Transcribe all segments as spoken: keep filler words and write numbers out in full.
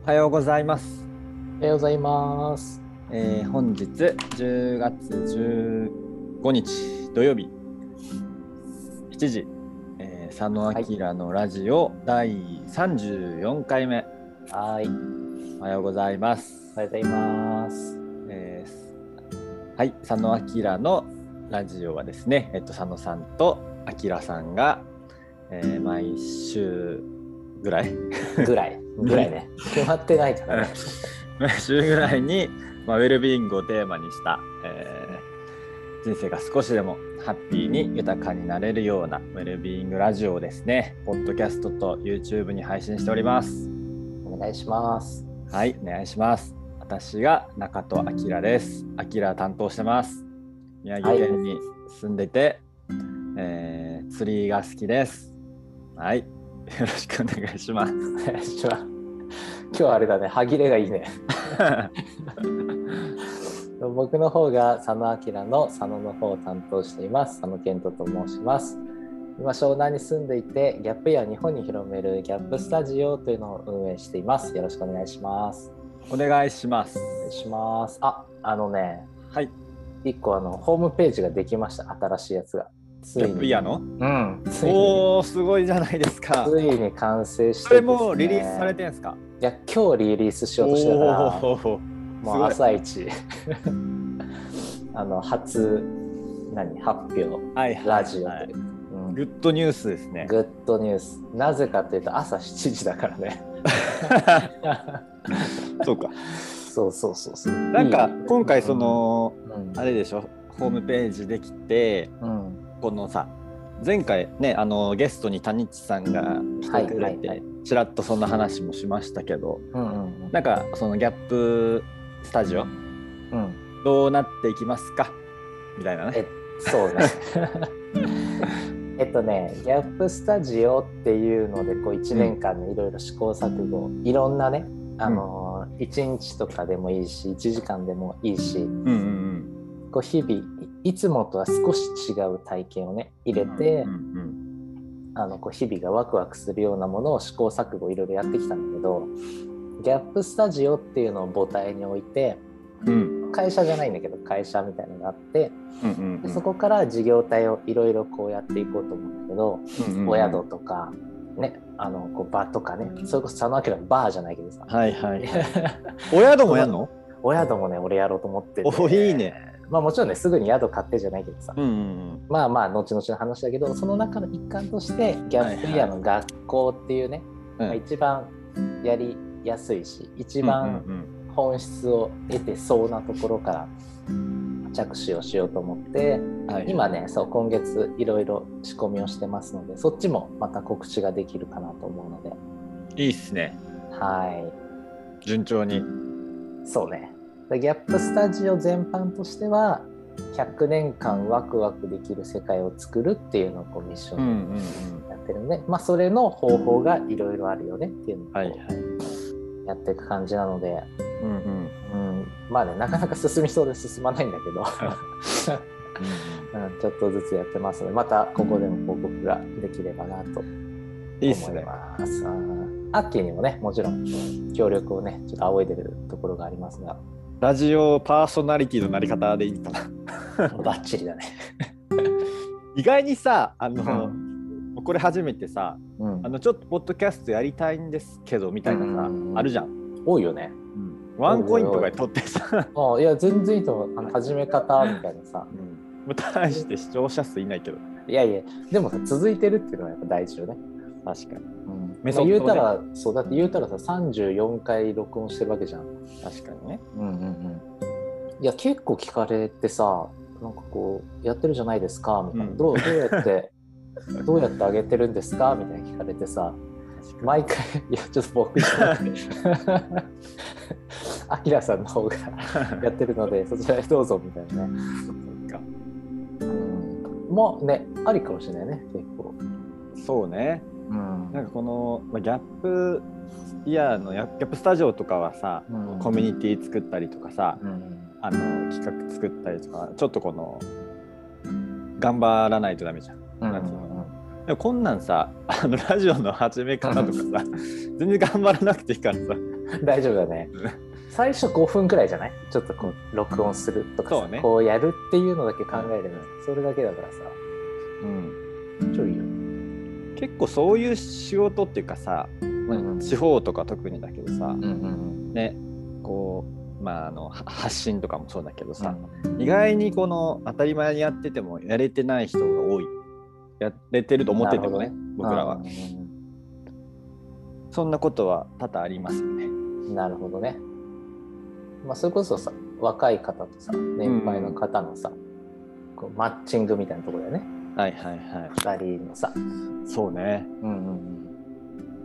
はようございます。 おはようございます。 えー、本日じゅうがつじゅうごにち土曜日しちじ、えー、佐野明のラジオだいさんじゅうよんかいめ。 はい。 おはようございます。 おはようございます。 えー、はい、佐野明のラジオはですね、えっと佐野さんと明さんが、えー、毎週ぐらいぐらいぐらいね決まってないからね毎週ぐらいに、まあ、ウェルビーイングをテーマにした、えー、人生が少しでもハッピーに豊かになれるようなウェルビーイングラジオをですね、ポッドキャストと YouTube に配信しております。 お願いします。 はい、お願いします。私が中戸明です。明担当してます。宮城県に住んでて、はい、えー、釣りが好きです。はい、よろしくお願いします。お願いします。今日はあれだね、歯切れがいいね僕の方が佐野明の佐野の方を担当しています。佐野健人と申します。今湘南に住んでいて、ギャップイヤー日本に広めるギャップスタジオというのを運営しています。よろしくお願いします。 お願いします。 お願いします。あ、あのね、 はい、 いっこあのホームページができました。新しいやつが。 ギャップイヤーの？ うん。 おー、すごいじゃないですか。 ついに完成してですね。 それもうリリースされてんすか？ いや、今日リリースしようとしてたから、もう朝一あの初何発表、はいはい、ラジオという、はい、 うん、グッドニュースですね。 グッドニュース。なぜかというと朝しちじだからねそうか。 そうそうそうそう。 なんか今回その、うん、あれでしょ、ホームページできて、うん、このさ、前回ね、あのゲストに谷地さんが来てくれて、はいはいはい、ちらっとそんな話もしましたけど、うんうんうん、なんかそのギャップスタジオ、うん、どうなっていきますかみたいなね。 えそうねえっとねギャップスタジオっていうのでこういちねんかんでいろいろ試行錯誤、いろんなね、あのー、いちにちとかでもいいしいちじかんでもいいし、うんうんうん、こう日々いつもとは少し違う体験をね入れて、うんうんうん、あのこう日々がワクワクするようなものを試行錯誤いろいろやってきたんだけど、ギャップスタジオっていうのを母体に置いて、うん、会社じゃないんだけど会社みたいなのがあって、うんうんうん、でそこから事業体をいろいろこうやっていこうと思うんだけど、うんうんうん、お宿とかね、あのこう場とかね、それこそ佐野明のバーじゃないけどさ、 はいはいお宿もやんの？ お宿もね俺やろうと思ってて、 おいいね。まあ、もちろんねすぐに宿買ってじゃないけどさ、うんうんうん、まあまあ後々の話だけど、その中の一環としてギャップイヤーの学校っていうね、はいはい、まあ、一番やりやすいし一番本質を得てそうなところから着手をしようと思って、はいはい、今ねそう今月いろいろ仕込みをしてますので、そっちもまた告知ができるかなと思うので。 いいっすね。 はい、 順調に。そうね。 ギャップスタジオ全般としてはひゃくねんかんワクワクできる世界を作るっていうのをこうミッションでやってるので、うんうんうん、まあ、それの方法がいろいろあるよねっていうのをこうやっていく感じなので、うんうんうん、まあねなかなか進みそうで進まないんだけどうん、ちょっとずつやってますので、またここでも報告ができればなと思います。いいっすね。アッキーにもねもちろん協力をねちょっと仰いでるところがありますが、 ラジオパーソナリティのなり方でいいかなバッチリだね意外にさあの、うん、これ初めてさ、うん、あのちょっとポッドキャストやりたいんですけどみたいなさ、うん、あるじゃん。 多いよね、 うん、ワンコインとかで取ってさあいや全然いいと思う。あの始め方みたいなさ、 うん、大して視聴者数いないけど、 いやいやでもさ続いてるっていうのはやっぱ大事よね。 確かに、うん、 メソッドね。言うたらそうだって言うたらささんじゅうよんかい録音してるわけじゃん。 確かにね、 うんうんうん、いや結構聞かれてさ、なんかこうやってるじゃないですかみたいな、うん、どう、どうやってどうやってあげてるんですかみたいな聞かれてさ、毎回いやちょっと僕じゃなくてアキラさんの方がやってるのでそちらへどうぞみたいなねそっか、うん、まあねありかもしれないね結構。 そうね、うん、なんかこの、まあ、ギャップイヤーのギャップスタジオとかはさ、うん、コミュニティ作ったりとかさ、うん、あの企画作ったりとかちょっとこの頑張らないとダメじゃん、うんうんうん、でもこんなんさあのラジオの始め方とかさ全然頑張らなくていいからさ大丈夫だね。最初ごふんくらいじゃない？ちょっとこう録音するとかさ、 そうね、 こうやるっていうのだけ考えれば、それだけだからさ、 うん、 ちょいいよ。 結構そういう仕事っていうかさ、まあ、地方とか特にだけどさ、うんうん、ね、こうまああの発信とかもそうだけどさ、うん、意外にこの当たり前にやっててもやれてない人が多い、やれてると思っててもね、僕らは、うん、そんなことは多々ありますよね。 なるほどね。まあそれこそさ、若い方とさ、年配の方のさ、うん、こうマッチングみたいなところだよね。 はいはいはい。 ふたりのさ、 そうね。うんうんうん。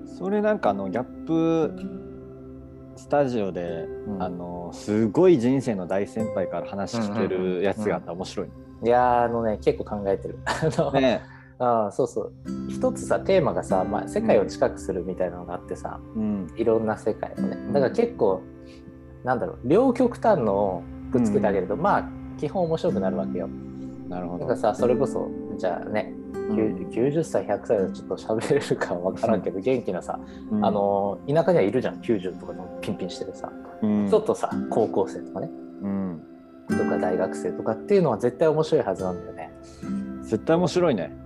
それなんかあのギャップスタジオで、うん、あのすごい人生の大先輩から話聞けるやつがあったら面白い、ね、 うんうん、いやあのね結構考えてる。ね、あそうそう一つさテーマがさ、まあ、世界を近くするみたいなのがあってさ、うん、いろんな世界をねだから結構なんだろう両極端のをくっつけてあげると、うん、まあ基本面白くなるわけよ。 なるほど。 なんかさそれこそじゃあね、うん、きゅうじゅっさいひゃくさいでちょっと喋れるか分からんけど、うん、元気なさ、うん、あの田舎にはいるじゃんきゅうじゅうとかのピンピンしてるさ、うん、ちょっとさ高校生とかね、うん、とか大学生とかっていうのは絶対面白いはずなんだよね。 絶対面白いね。 うん、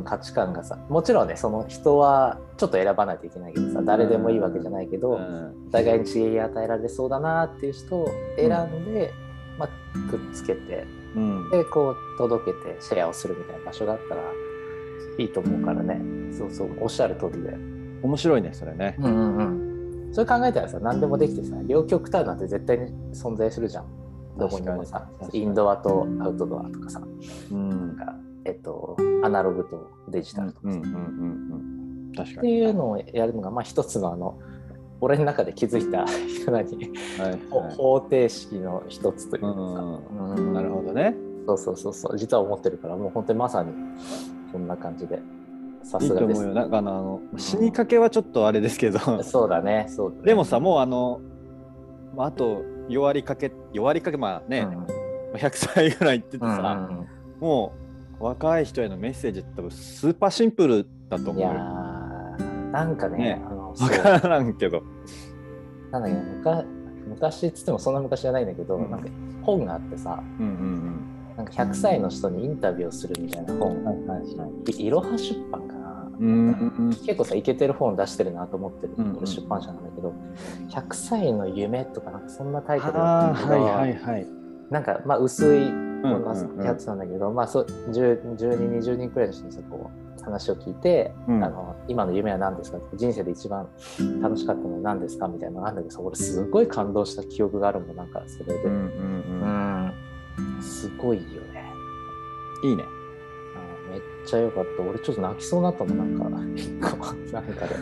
価値観がさもちろんねその人はちょっと選ばないといけないけどさ誰でもいいわけじゃないけど、うん、お互いに刺激与えられそうだなっていう人を選んで、うんまあ、くっつけて、うん、でこう届けてシェアをするみたいな場所があったらいいと思うからね。そうそうおっしゃる通りで面白いねそれね。 うんうんうん。それ考えたらさ何でもできてさ両極端なんて絶対に存在するじゃん。どこにでもさインドアとアウトドアとかさ、うん、なんかえっとアナログとデジタルとかさ、うんうんうんうん、確かにっていうのをやるのがまあ一つのあの俺の中で気づいた何、はいはい、方程式の一つというかさ、 うんうん、なるほどね。 そうそうそうそう実は思ってるからもう本当にまさにそんな感じでさすがです。いいと思うよ。 なんかあの死にかけはちょっとあれですけど、 うん、そうだねそうだね。 でもさもうあのあと弱りかけ弱りかけまあね、うん、ひゃくさいぐらい行っててさ、うんうん、もう若い人へのメッセージって多分スーパーシンプルだと思うよ。いやなんかね、 ねあの分からんけどなんだっけ昔っつってもそんな昔じゃないんだけど、うん、なんか本があってさ、うんうんうん、なんかひゃくさいの人にインタビューをするみたいな本、はいはいはい、いろは出版かな、うんうん、結構さイケてる本出してるなと思ってる、うんうん、出版社なんだけどひゃくさいの夢とかなんかそんなタイトルだったんだけど、はいはいはい、なんかまあ薄いやつなんだけど、うんうんうん、まあそじゅう、じゅうにんにじゅうにんくらいの人にさこう話を聞いて、うん、あの今の夢は何ですか人生で一番楽しかったのは何ですかみたいなのがあるんだけど俺すごい感動した記憶があるもんなんかそれで、うんうんうん、すごいよね。 いいね。 めっちゃ良かった。俺ちょっと泣きそうになったもんなんか一個なんかで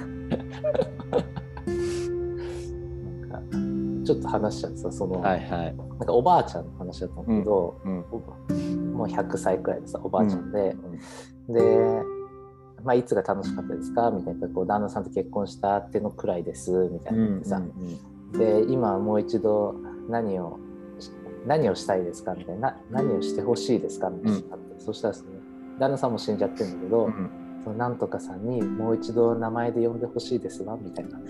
なんかちょっと話しちゃってさその、はいはい、なんかおばあちゃんの話だったんだけど、うんうん、もうひゃくさいくらいでさおばあちゃんで、うん、でまあ、いつが楽しかったですかみたいなこう旦那さんと結婚したってのくらいですみたいな言ってさ、うんうんうん、で今もう一度何を何をしたいですかみたいな何をしてほしいですかみたいな、うん、そしたらその旦那さんも死んじゃってるんだけど、うん、そのなんとかさんにもう一度名前で呼んでほしいですわみたいな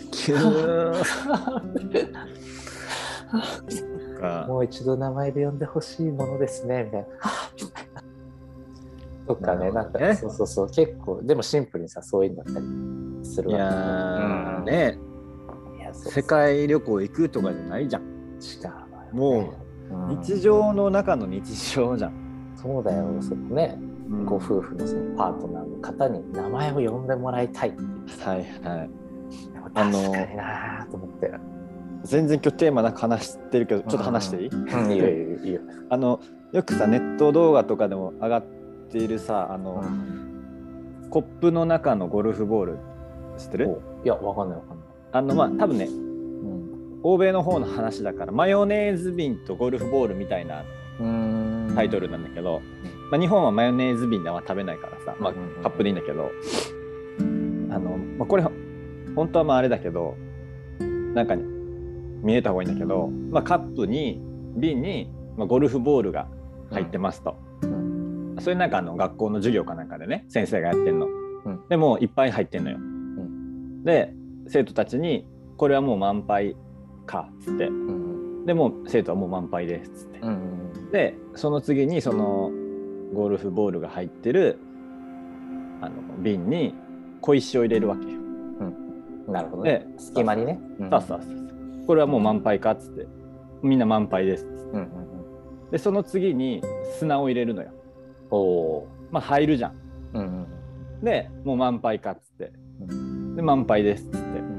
もう一度名前で呼んでほしいものですねみたいなとかね、なんかそうそうそう結構でもシンプルにさそういうのだったりするわけ。いや、うん、ねいやそうそう世界旅行行くとかじゃないじゃん。違う、ね、もう日常の中の日常じゃん。 そうだよそのね、うん、ご夫婦のそのパートナーの方に名前を呼んでもらいたいっていうはいはい確かになと思って全然今日テーマなく話してるけどちょっと話していい？ うんうん、いいよいいよいいよあのよくさネット動画とかでも上がっているさあの、うん、コップの中のゴルフボール知ってる？ いやわかんないわかんないあのまあ多分ね、うん、欧米の方の話だからマヨネーズ瓶とゴルフボールみたいなタイトルなんだけど、まあ、日本はマヨネーズ瓶では食べないからさ、まあ、カップでいいんだけどあの、まあ、これ本当はまああれだけどなんか見えた方がいいんだけど、まあ、カップに瓶に、まあ、ゴルフボールが入ってますと、うん、それなんかあの学校の授業かなんかでね先生がやってんの、うん、でもいっぱい入ってんのよ、うん、で生徒たちにこれはもう満杯かっつって、 うん、 でもう生徒はもう満杯ですっつって、 うん、 でその次にそのゴルフボールが入ってるあの瓶に小石を入れるわけよ。 うん、なるほどね。隙間にね。 そうそうそうそう。これはもう満杯かっつって、みんな満杯ですっつって、うんうんうん、でその次に砂を入れるのよ。 おー、 まあ入るじゃん。 うんうん、 でもう満杯かっつって、で満杯ですっつって、うん、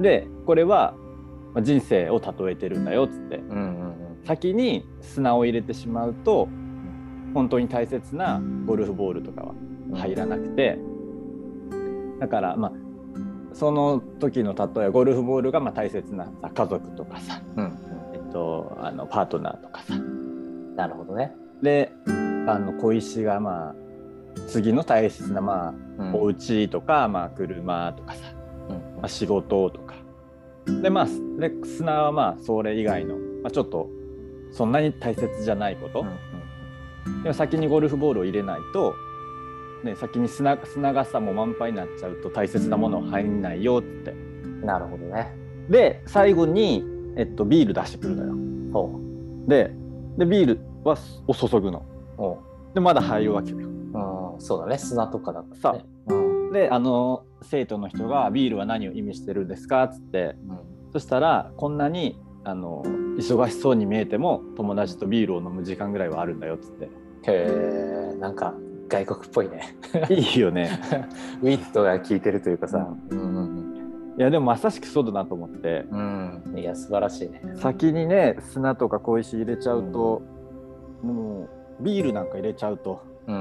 でこれは人生を例えてるんだよっつって、うんうんうん、先に砂を入れてしまうと本当に大切なゴルフボールとかは入らなくて、だからまあその時の例えゴルフボールがまあ大切なさ家族とかさ、うん、えっと、あのパートナーとかさ。 なるほどね。 であの小石がまあ次の大切なまあ、うん、お家とか、まあ、車とかさ、うんまあ、仕事とかでまあで砂はまあそれ以外の、まあ、ちょっとそんなに大切じゃないこと、うんうん、でも先にゴルフボールを入れないと、ね、先に 砂, 砂がさもう満杯になっちゃうと大切なもの入んないよって。 なるほどね。 で最後に、えっと、ビール出してくるのよ。 おででビールはを注ぐの。おでまだ入るわけよ。 うん、そうだね、砂とかだからね。 うん、であの生徒の人がビールは何を意味してるんですかっつって、うん、そしたらこんなにあの忙しそうに見えても友達とビールを飲む時間ぐらいはあるんだよっつって。 へえ、なんか外国っぽいね。 いいよね。 ウィットが効いてるというかさ、 うんうんうん、いやでもまさしくそうだなと思って、 うん、いや素晴らしいね。 先にね砂とか小石入れちゃうと、うん、もうビールなんか入れちゃうと、うん、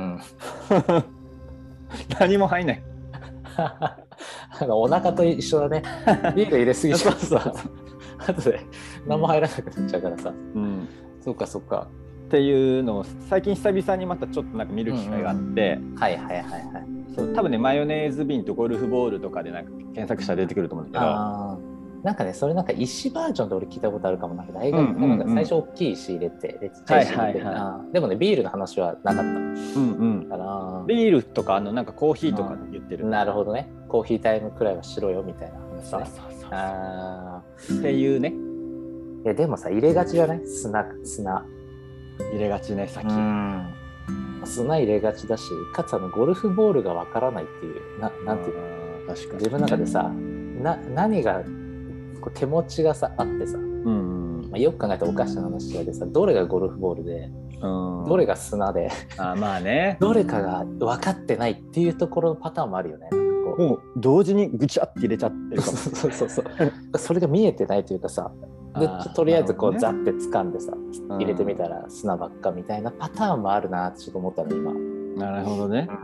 何も入んない。 お腹と一緒だね。ビール入れすぎちゃうとさ後で何も入らなくなっちゃうからさ、うん、そっかそっかっていうのを最近久々にまたちょっとなんか見る機会があって、うんうん、 はいはいはいはい。 そう多分ねマヨネーズ瓶とゴルフボールとかでなんか検索したら出てくると思うんだけど、 あなんかねそれなんか石バージョンで俺聞いたことあるかも。なんか大学のなんか最初大きい石入れて、うんうん、ちっちゃい石入れて、はいはいはい、でもねビールの話はなかった。うんうん。かなビールとかあのなんかコーヒーとかで言ってる。 なるほどね。コーヒータイムくらいはしろよみたいな話ね。 そうそうそう。あっていうね。 いやでもさ入れがちじゃない？砂砂入れがちね先。うん砂入れがちだし、かつあのゴルフボールがわからないっていうななんていうの、確かに自分の中でさな何がこう手持ちがさあってさ、うんまあ、よく考えたらおかしな話でさどれがゴルフボールで、うん、どれが砂であまあねどれかが分かってないっていうところのパターンもあるよね。なんかこうもう同時にぐちゃって入れちゃってるかも。 そうそうそうそれが見えてないというかさでとりあえずこう、ね、ザッて掴んでさ入れてみたら砂ばっかみたいなパターンもあるなってちょっと思ったの今。 なるほどね、うん、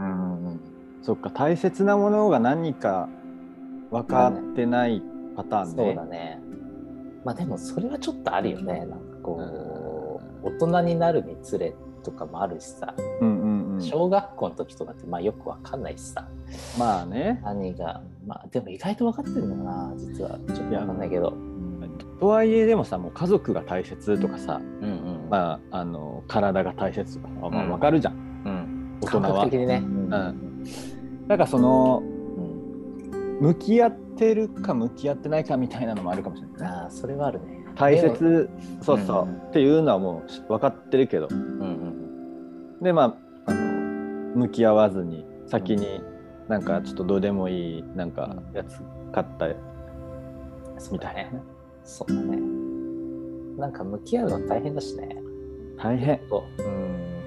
そっか大切なものが何か分かってないパターンね。 そうだね。まあでもそれはちょっとあるよね。なんかこう、うん、大人になるにつれとかもあるしさ、うんうんうん、小学校の時とかってまあよく分かんないしさまあね何がまあでも意外と分かってるのかな実はちょっと分かんないけど。 とはいえでもさもう家族が大切とかさ、うんうんまあ、あの体が大切とかはまあ分かるじゃん、うん、大人は感覚的にね、うん、 だからその、うん、向き合ってるか向き合ってないかみたいなのもあるかもしれない、ね、 あそれはあるね。 大切そうそう、うん、っていうのはもう分かってるけど、うんうん、でまあ、あの向き合わずに先になんかちょっとどうでもいいなんかやつ買ったみたいなね。 そうだね。なんか向き合うの大変だしね。 大変。 結構、うん、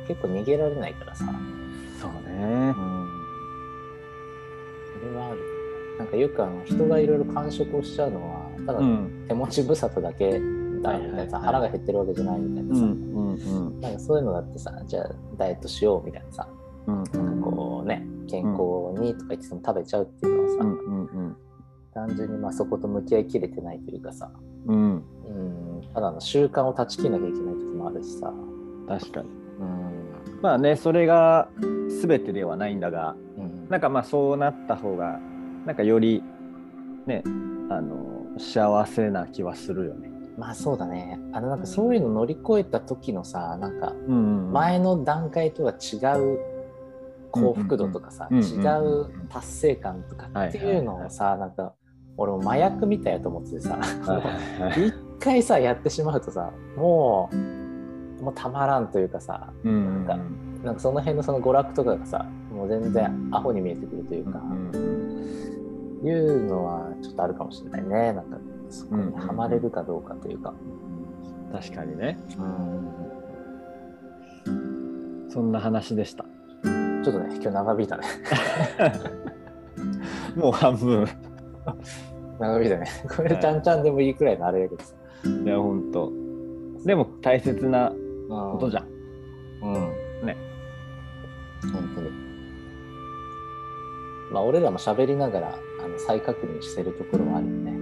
結構逃げられないからさ。 そうね。うん。 それはある。なんかよくあの人がいろいろ完食をしちゃうのはただ手持ち無沙汰だけだみたいなさ、腹が減ってるわけじゃないみたいなさ、うんうんうん、なんかそういうのだってさじゃあダイエットしようみたいなさ、うん、なんかこうね健康にとか言ってても食べちゃうっていうのはさ、うんうんうん単純にまあそこと向き合いきれてないというかさ、うんうん、ただの習慣を断ち切らなきゃいけない時もあるしさ。 確かに、うん、まあねそれが全てではないんだが、うん、なんかまあそうなった方がなんかよりねあの幸せな気はするよね。 まあそうだね。あのなんかそういうの乗り越えた時のさなんか前の段階とは違う幸福度とかさ、うんうんうん、違う達成感とかっていうのをさ、はいはいはい、なんか俺も麻薬みたいやと思っててさ一回さやってしまうとさもうもうたまらんというかさ、 うんうんうん、 なんかなんかその辺のその娯楽とかがさもう全然アホに見えてくるというか、うんうん、いうのはちょっとあるかもしれないね。なんかそこにはまれるかどうかというか、 うん、確かにね、 うん、 そんな話でした。 ちょっとね今日長引いたねもう半分長引いたね。これちゃんちゃんでもいいくらいのあれだけどさ、 いやほんとでも大切なことじゃん、 うん、 うん、ね、 本当に。まあ俺らも喋りながらあの再確認してるところはあるよね。 うん、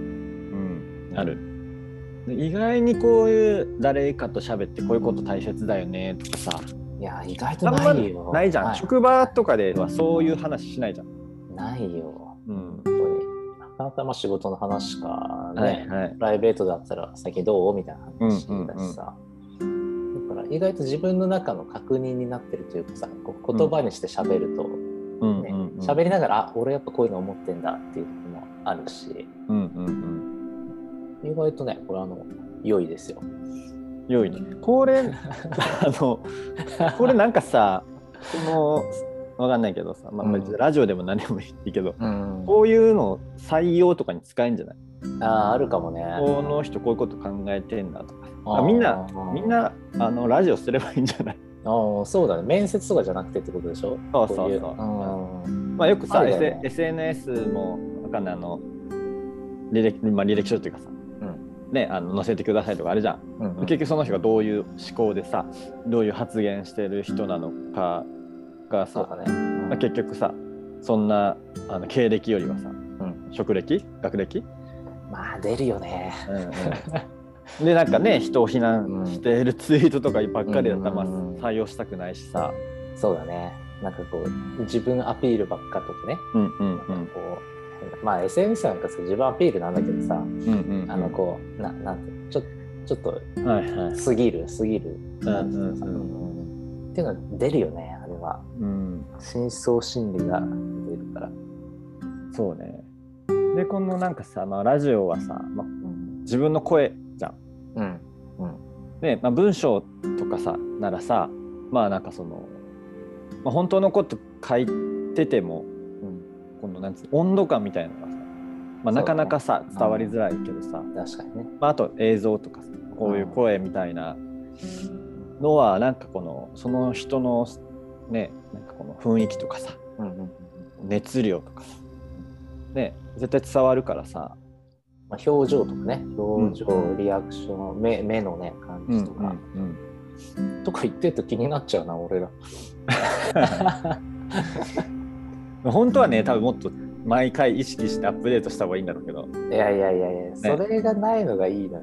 ある。で意外にこういう誰かと喋ってこういうこと大切だよねとかさ、 いや意外とないよ。 ないじゃん、はい、職場とかではそういう話しないじゃん。 ないよ、 うん、 本当に。なかなかまあ仕事の話かね、 はいはい、 プライベートだったら最近どうみたいな話だしさ、うんうんうん、だから意外と自分の中の確認になってるというかさ、こう言葉にして喋ると、うんね、うんうん、喋りながらあ俺やっぱこういうの思ってんだっていうのもあるし、うんうんうん、意外とねこれあの良いですよ。 良いね。これあのこれなんかさこのわかんないけどさ、まあ、別にラジオでも何でもいいけど、うん、こういうの採用とかに使えんじゃない？ あ, あるかもね。 この人こういうこと考えてんだとか、あみんなみんなあのラジオすればいいんじゃない？ あそうだね。面接とかじゃなくてってことでしょ？ そうそうそう。うまあ、よくさ、ね、エスエヌエス もわかんないあの履歴、まあ、履歴書っていうかさ、うんね、あの載せてくださいとかあるじゃん、うんうん、結局その人がどういう思考でさどういう発言してる人なのかがさ、ねうんまあ、結局さそんなあの経歴よりはさ、うん、職歴学歴まあ出るよね、うんうん、でなんかね人を非難しているツイートとかばっかりだったら、まあ、採用したくないしさ、 そうだね。なんかこう自分アピールばっかとかね、うんうんうん、なんかこうまあ エスエヌエス なんか自分アピールなんだけどさ、うんうんうん、あのこうななんてちょちょっと過ぎる、はいはい、過ぎる感じとかさ、うんうんうん、っていうのは出るよねあれは、うん、深層心理が出るから。 そうね。でこのなんかさ、まあ、ラジオはさ、まあうん、自分の声じゃん、うんうん、で、まあ、文章とかさならさまあなんかその、まあ、本当のこと書いてても、うん、このなんつう温度感みたいなのがさ、まあ、なかなかさ、ね、伝わりづらいけどさ、 確かにね、 まあ、あと映像とかさこういう声みたいなのはなんかこのその人のねなんかこの雰囲気とかさ、うんうん、熱量とかさね絶対伝わるからさ、 まあ、表情とかね表情、うん、リアクション 目, 目のね感じとか、うんうんうん、とか言ってると気になっちゃうな俺ら本当はね多分もっと毎回意識してアップデートした方がいいんだろうけど、 いやいやいやいや、ね、それがないのがいいのよ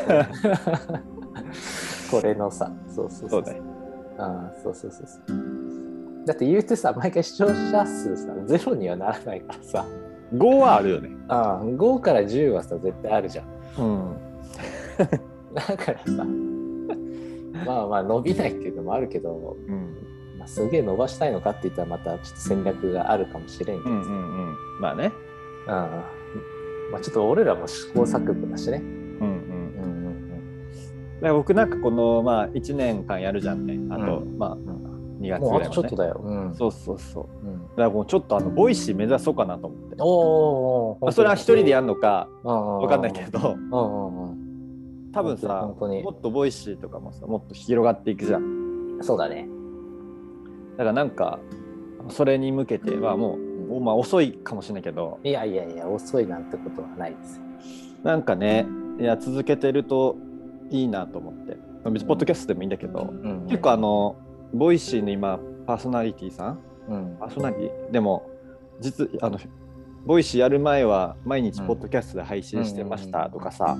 これのさそうそうそうそう、そうだよ、あそうそうそうそうだって言うてさ毎回視聴者数さゼロにはならないからさごはあるよね。 ああごからじゅうはさ絶対あるじゃん、うん、だからさまあまあ伸びないっていうのもあるけど、うんまあ、すげえ伸ばしたいのかって言ったらまたちょっと戦略があるかもしれんけどさ、うんうんうん、 まあね、 うんまあ、ちょっと俺らも試行錯誤だしね、うんうんうんうん、 だから僕なんかこの、まあ、いちねんかんやるじゃんねあと、うん、まあにがつぐらいまで、ね、 もうあとちょっとだよ、うん、 そうそうそう、うん、だからもうちょっとあのボイシー目指そうかなと思って、 おー、まあ、それは一人でやるのか分かんないけど多分さ本当にもっとボイシーとかもさもっと広がっていくじゃん。 そうだね。 だからなんかそれに向けてはもう、まあ、遅いかもしれないけど、 いやいやいや遅いなんてことはないですよ。 なんかねいや続けてるといいなと思って、別にポッドキャストでもいいんだけど、うん、結構あのボイシーの今パーソナリティさん、うん、パーソナリティでも実あのボイシーやる前は毎日ポッドキャストで配信してましたとかさ、うん、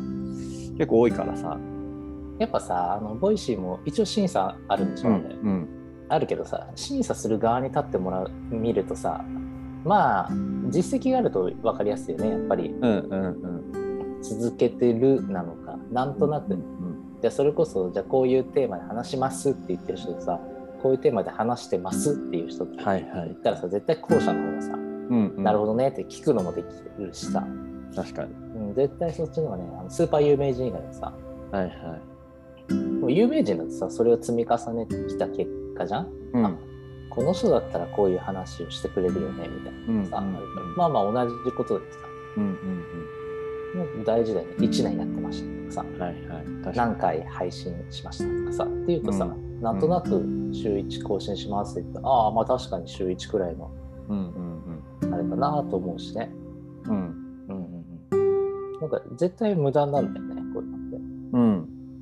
結構多いからさ、 やっぱさあのボイシーも一応審査あるんでしょうね、うんうん、あるけどさ審査する側に立ってもらう見るとさまあ実績があると分かりやすいよねやっぱり、うんうんうん、続けてるなのかなんとなく、うんうん、じゃあそれこそじゃあこういうテーマで話しますって言ってる人とさこういうテーマで話してますっていう人って言ったらさ、はいはい、絶対後者の方がさ、うんうん、なるほどねって聞くのもできるしさ、 確かに、 うん、 絶対そっちの方がね、あのスーパー有名人以外でさ、 はいはい、 もう有名人だとさ、それを積み重ねてきた結果じゃん、 うん、 あこの人だったらこういう話をしてくれるよねみたいなさ、 うんうんうん、 まあまあ同じことでさ、 うんうんうん、大事だよね。いちねんやってましたとかさ、 はいはい、確かに何回配信しましたとかさっていうとさ、うん、なんとなく週いち更新しますって言ったら、ああまあ確かに週いちくらいのあれかなと思うしね、うんうんうん、なんか絶対無駄なんだよね、こういうのって、うんうん、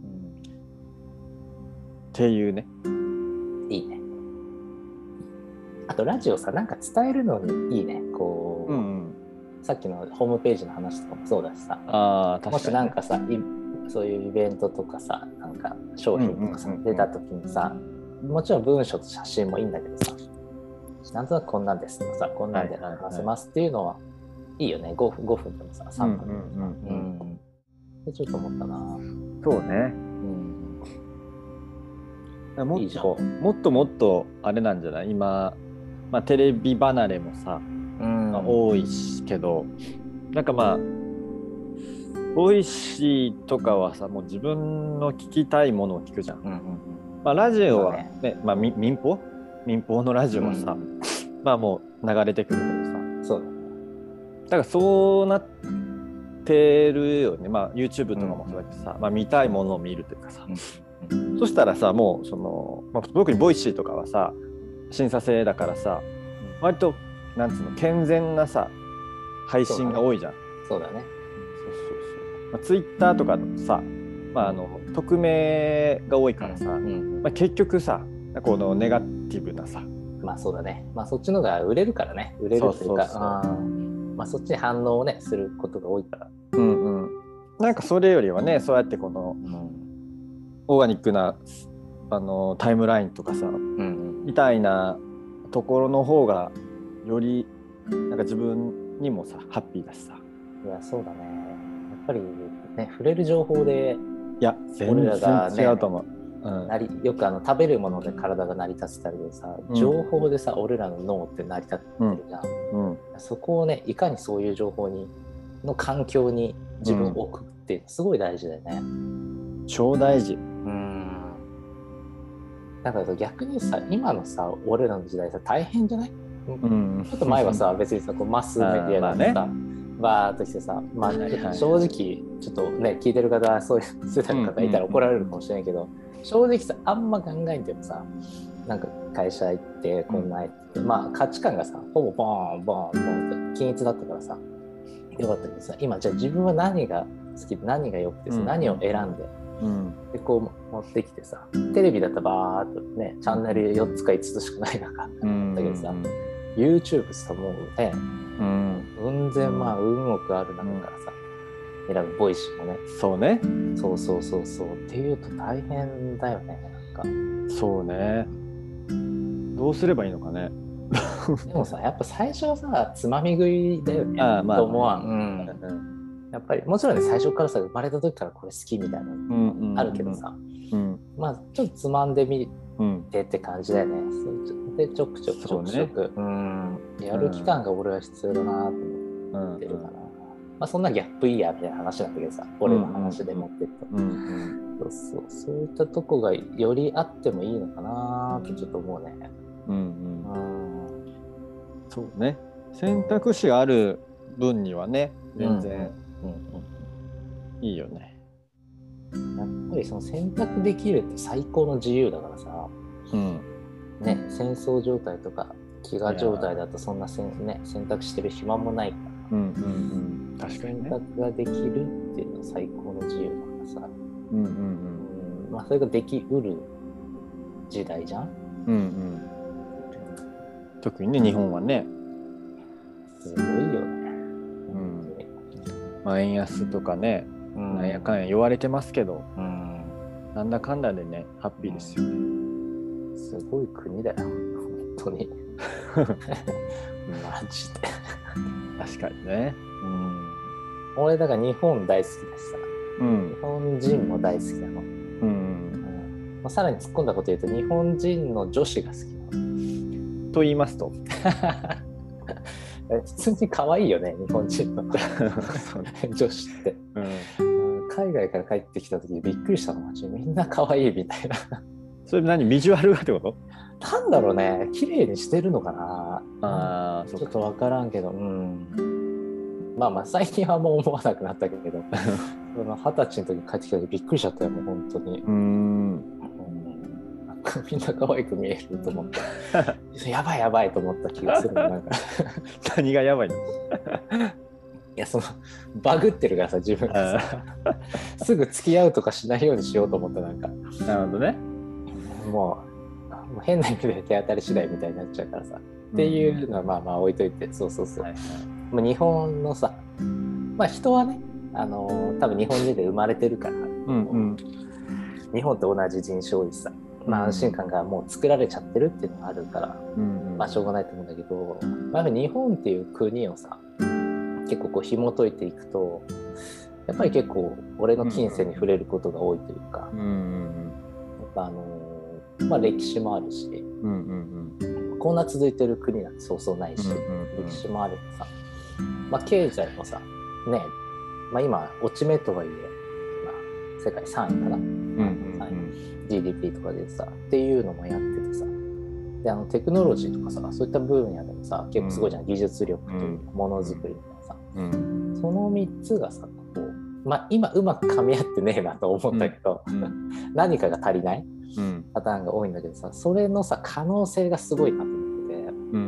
っていうね。 いいね。あとラジオさ、なんか伝えるのにいいね、こう、うんうん、さっきのホームページの話とかもそうだしさ、あ、確かにね、もしなんかさ、そういうイベントとかさ、なんか商品とかさ、うんうんうんうん、出た時にさ、もちろん文章と写真もいいんだけどさ、なんとなくこんなんですとかさ、こんなんで話せますっていうのはいいよね。 ごふん, ごふんでもさ、さんぷんでもさ、うんうんうんうん、でちょっと思ったな。 そうね、うん、もっといいじゃん。もっともっとあれなんじゃない今、まあ、テレビ離れもさ、うんまあ、多いしけど、なんかまあボイシーとかはさ、もう自分の聞きたいものを聞くじゃん、うんうんうん、まあ、ラジオは ね, ね、まあ、民放民放のラジオはさ、うん、まあもう流れてくるけどさ、そうだね、だからそうなってるよね。まあ YouTube とかもそうだけどさ、うんまあ、見たいものを見るというかさ、うん、そしたらさ、もうその、まあ、特にボイシーとかはさ審査制だからさ、割となんつうの健全なさ配信が多いじゃん。 そうだね。そうだね。 そうそうそう。まあ、Twitter とかだとさ、まあ、あの匿名が多いからさ、うんうんまあ、結局さこのネガティブなさ、 まあそうだね。まあそっちのが売れるからね。売れるというか、そうそうそう、あまあそっちに反応をねすることが多いから。 うんうん。なんかそれよりはね、そうやってこの、うん、オーガニックなあのタイムラインとかさ、うんうん、みたいなところの方がよりなんか自分にもさハッピーだしさ。 いやそうだね。やっぱりね触れる情報で、 いや全然違うと思う。 うん、なりよくあの食べるもので体が成り立つたりでさ、うん、情報でさ俺らの脳って成り立ってるじゃん、うんうん、そこをねいかにそういう情報にの環境に自分を置くってすごい大事だよね、うん、 超大事。 うんだから逆にさ今のさ俺らの時代さ大変じゃない、うん、ちょっと前はさ別にさこうマスメディアがさ、バーっと来てさ、まあ、正直ちょっとね聞いてる方そういう世代の方いたら怒られるかもしれないけど、正直さあんま考えんでもさなんか会社行ってこんなやって、うん、まあ価値観がさほぼボーンボーンボーンって均一だったからさよかったけどさ、今じゃあ自分は何が好きで何が良くてさ、うん、何を選んで、うん、でこう持ってきてさテレビだったらバーっとねチャンネルよっつかいつつしかない中、うん、だけどさ、うん、YouTube さもうね、うん、うん千万運億ある中からさ、うん、選ぶボイシーもね、 そうね、 そうそうそうそうっていうと大変だよね。なんかそうね、どうすればいいのかね。 でもさやっぱ最初はさつまみ食いだよね。あ、まあ、と思わん、うんうん、やっぱりもちろんね最初からさ生まれた時からこれ好きみたいなのあるけどさ、うんうんうん、まあちょっとつまんでみてって感じだよね、うん、でちょくちょくちょくちょく、ね、うんやる期間が俺は必要だなと思ってるかな、うんうん、まあそんなギャップいいやみたいな話なんだけどさ、俺の話で持ってると、うんうんうん、そうそうそういったとこがよりあってもいいのかなとちょっと思うね。うんうんうん、そうね、選択肢がある分にはね全然いいよね。 やっぱりその選択できるって最高の自由だからさ、うんね、戦争状態とか飢餓状態だとそんなせん、ね、選択してる暇もないから、うんうんうん、確かにね、選択ができるっていうのは最高の自由だからさ、うんうんうんうん、まあ、それができうる時代じゃん、うんうん、 特にね日本はねすごいよね、うん、 まあ、円安とかね、うん、なんやかんや言われてますけど、うん、なんだかんだでねハッピーですよね、うん、 すごい国だよ本当にマジで確かにね、 うん、俺だから日本大好きだしさ、うん、日本人も大好きなの、うんうんまあ、さらに突っ込んだこと言うと日本人の女子が好きなのと言いますと普通に可愛いよね、日本人の女子って、うん、海外から帰ってきた時びっくりしたの、マジみんな可愛いみたいな。 それ何、ビジュアルがってこと？ なんだろうね、綺麗にしてるのかな。 あ、 ちょっと分からんけど、うん、まあまあ最近はもう思わなくなったけどその二十歳の時に帰ってきた時びっくりしちゃったよ、もう本当に。うーん、みんな可愛く見えると思ったやばいやばいと思った気がするなんか何がやばいの？いや、そのバグってるからさ、自分がさすぐ付き合うとかしないようにしようと思った。なんかなるほどね。 もう、もう変な意味で手当たり次第みたいになっちゃうからさ、うん、っていうのはまあまあ置いといて、そうそうそう、はいはい、もう日本のさ、まあ人はね、あのー、多分日本人で生まれてるから、うんうん、日本と同じ人種多いしさ、まあ、安心感がもう作られちゃってるっていうのがあるから、うんうん、まあしょうがないと思うんだけど、まあ、日本っていう国をさ結構こう紐解いていくと、やっぱり結構俺の近世に触れることが多いというか、うんうん、やっぱあのー、まあ歴史もあるし、うんうんうん、こんな続いてる国なんてそうそうないし、うんうんうん、歴史もあるしさ、まあ経済もさね、まあ今落ち目とはいえ、まあ、世界さんいかな、うんうんうん、さんいジーディーピー とかでさっていうのもやっててさ、であのテクノロジーとかさ、そういった分野でもさ結構すごいじゃん、うん、技術力というかものづくりとかさ、うん、そのみっつがさこう、まあ、今うまく噛み合ってねえなと思ったけど、うん、何かが足りないパターンが多いんだけどさ、それのさ可能性がすごいなと思ってて、うんうんうん、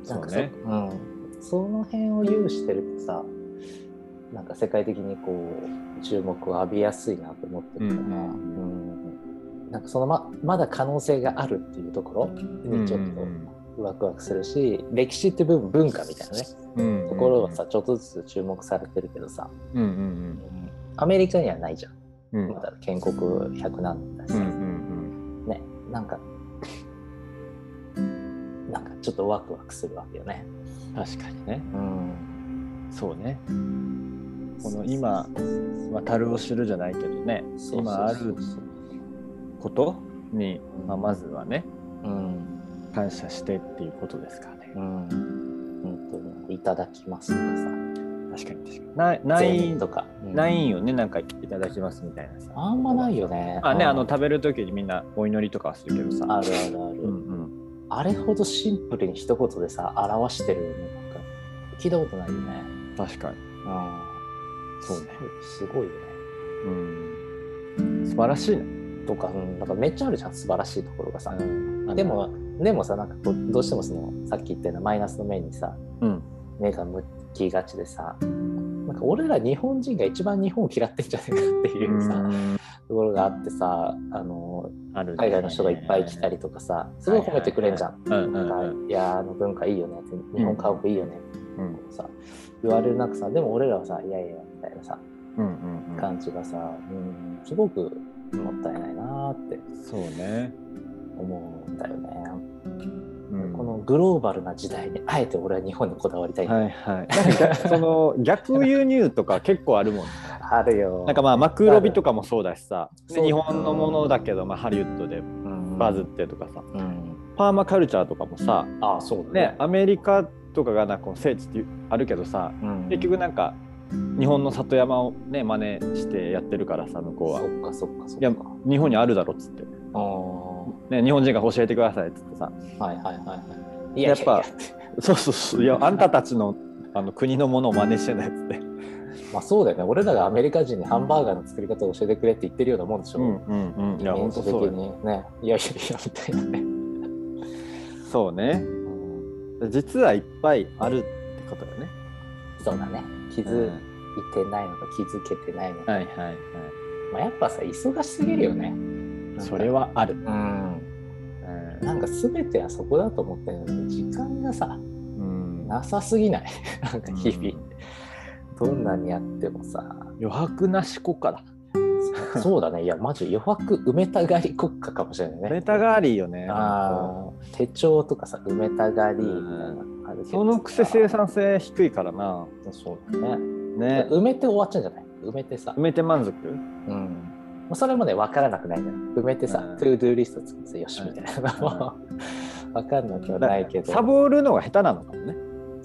なんか そ, う、ね、うん、その辺を有してるとさ、なんか世界的にこう注目を浴びやすいなと思ってるから、うんうん、なんかその ま, まだ可能性があるっていうところにちょっとワクワクするし、うんうん、歴史って部分文化みたいなね、うんうん、ところはさちょっとずつ注目されてるけどさ、うんうんうん、アメリカにはないじゃん、うん、まだ建国ひゃくなんねんだしさ、うんうんうん、ね、なんかなんかちょっとワクワクするわけよね。 確かにね、うん、そうね、この今、まあ、樽を知るじゃないけどね、今あることに、まあ、まずはね、うん、感謝してっていうことですからね。うん、 本当にいただきますとかさ、 確かに確かになないとか、うん、ないよね、なんかいただきますみたいなさ。 あんまないよね。 あね、あの食べる時にみんなお祈りとかはするけどさ。 あるあるある。うんうん、あれほどシンプルに一言でさ表してるのなんか聞いたことないよね。 確かに。あそうね、 すごいよね。 うん、素晴らしいね。 とか、うん、なんかめっちゃあるじゃん、素晴らしいところがさ。うん、でもでもさ、なんかこうどうしてもそのさっき言ったようなマイナスの面にさ、うん、目が向きがちでさ、なんか俺ら日本人が一番日本を嫌ってんじゃねえかっていうさ、うん、ところがあってさ、あのある、ね、海外の人がいっぱい来たりとかさ、すごい褒めてくれんじゃん。いやあの文化いいよねって、日本家屋いいよねって、うん、さ言われる中さ、でも俺らはさ、いやいやみたいなさ、うんうんうん、感じがさ、うん、すごくもったいないなってそうね思うんだよね、うん、このグローバルな時代にあえて俺は日本にこだわりたい、 はいはい、その逆輸入とか結構あるもんね。 あるよ。 なんかまあマクロビとかもそうだしさ、日本のものだけど、まあ、ハリウッドでバズってとかさ、うん、パーマカルチャーとかもさ、 あそうだね、 ね、アメリカとかがなんか聖地ってあるけどさ、うん、結局なんか日本の里山をね真似してやってるからさ、向こうは。 そっかそっかそっか。 いや日本にあるだろっつって、あ、ね、日本人が教えてくださいっつってさ、 はいはいはいはい。 いややっぱそうそうそう、いやあんたたちのあの国のものを真似してないっつって。 まあそうだよね。俺らがアメリカ人にハンバーガーの作り方を教えてくれって言ってるようなもんでしょ。うんうんうん。いや本当そうにね。いやいやいやみたいなね。 そうね。うん、実はいっぱいあるってことだよね。 そうだね。気づいてないのか気づけてないのか。はいはいはい。まあやっぱさ忙しすぎるよね。 それはある。うん。 うん、なんか全てはそこだと思ってるのに時間がさ、うん、なさすぎない。なんか日々。うんどんなにやってもさ余白なし国家だ。 そうだね。いやマジ余白埋めたがり国家かもしれないね。 埋めたがりよね。 あ手帳とかさ埋めたがりみたいなのあるけど、 そのくせ生産性低いからな。 そうだね。ね埋めて終わっちゃうんじゃない。埋めてさ埋めて満足。 うん。それもね分からなくないんだよ。埋めてさ、うん、トゥードゥーリスト作ってよしみたいなのも、うん、分かんなくはないけど。 サボるのが下手なのかもね。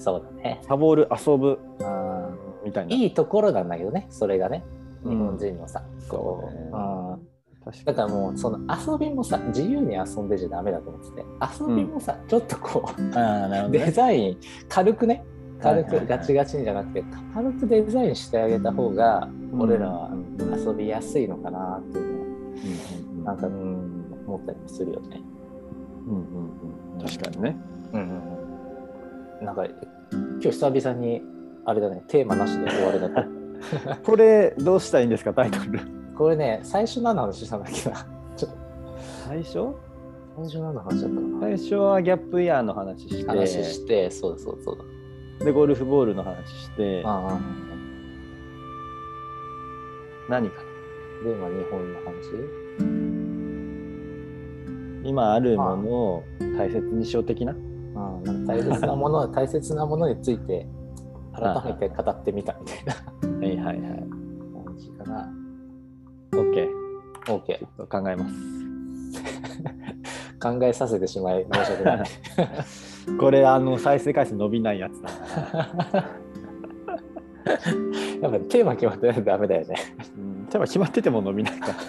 そうだね。 サボる遊ぶみたいな。 いいところなんだけどね、それがね、日本人のさ、うん、こう、ね、うん、だからもうその遊びもさ、自由に遊んでちゃダメだと思ってて、遊びもさ、うん、ちょっとこう、あ、なるほどね、デザイン軽くね、軽くガチガチにじゃなくて、軽くデザインしてあげた方が、うん、俺らは遊びやすいのかなっていうのは、うん、なんか、うん、思ったりもするよね。 うんうんうん、確かにね。うんうん、なんか今日久々にあれだね、テーマなしで終わりだった。 これどうしたらいいんですか、タイトル。 これね、最初何の話したんだっけな。ちょっと最初最初何の話だったかな。 最初はギャップイヤーの話して話してそうだそうだそうだでゴルフボールの話して、ああ、何かで今日本の話、 今あるものを大切にしよう的な、 ああ、なんか大切なもの大切なものについて改めて語ってみたみたいなはいはいはい感じかな。 OK OK ちょっと考えます考えさせてしまい申し訳ないこれあの再生回数伸びないやつだやっぱテーマ決まってないとダメだよね、 うん、テーマ決まってても伸びないから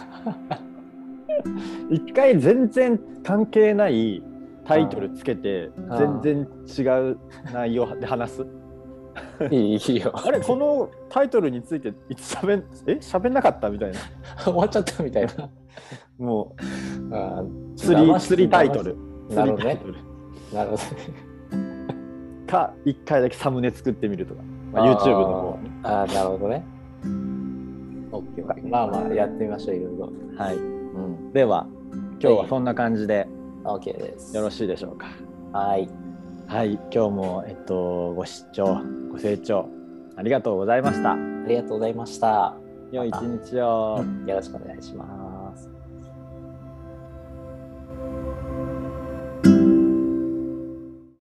一回全然関係ないタイトルつけて全然違う内容で話すいいいいよ。 あれこのタイトルについていつしゃべんえ喋んなかったみたいな終わっちゃったみたいな。 もうあ釣り釣りタイトル。 なるほどね。なるほどか一回だけサムネ作ってみるとか、まあ、YouTube の方。 ああなるほどね。OK。まあまあやってみましょういろいろ。 はい。うん、では今日はそんな感じで OK です。 よろしいでしょうか。 はい。 はい、今日も、えっと、ご視聴、ご清聴ありがとうございました。ありがとうございました。 良い一日を、 うん、よろしくお願いします。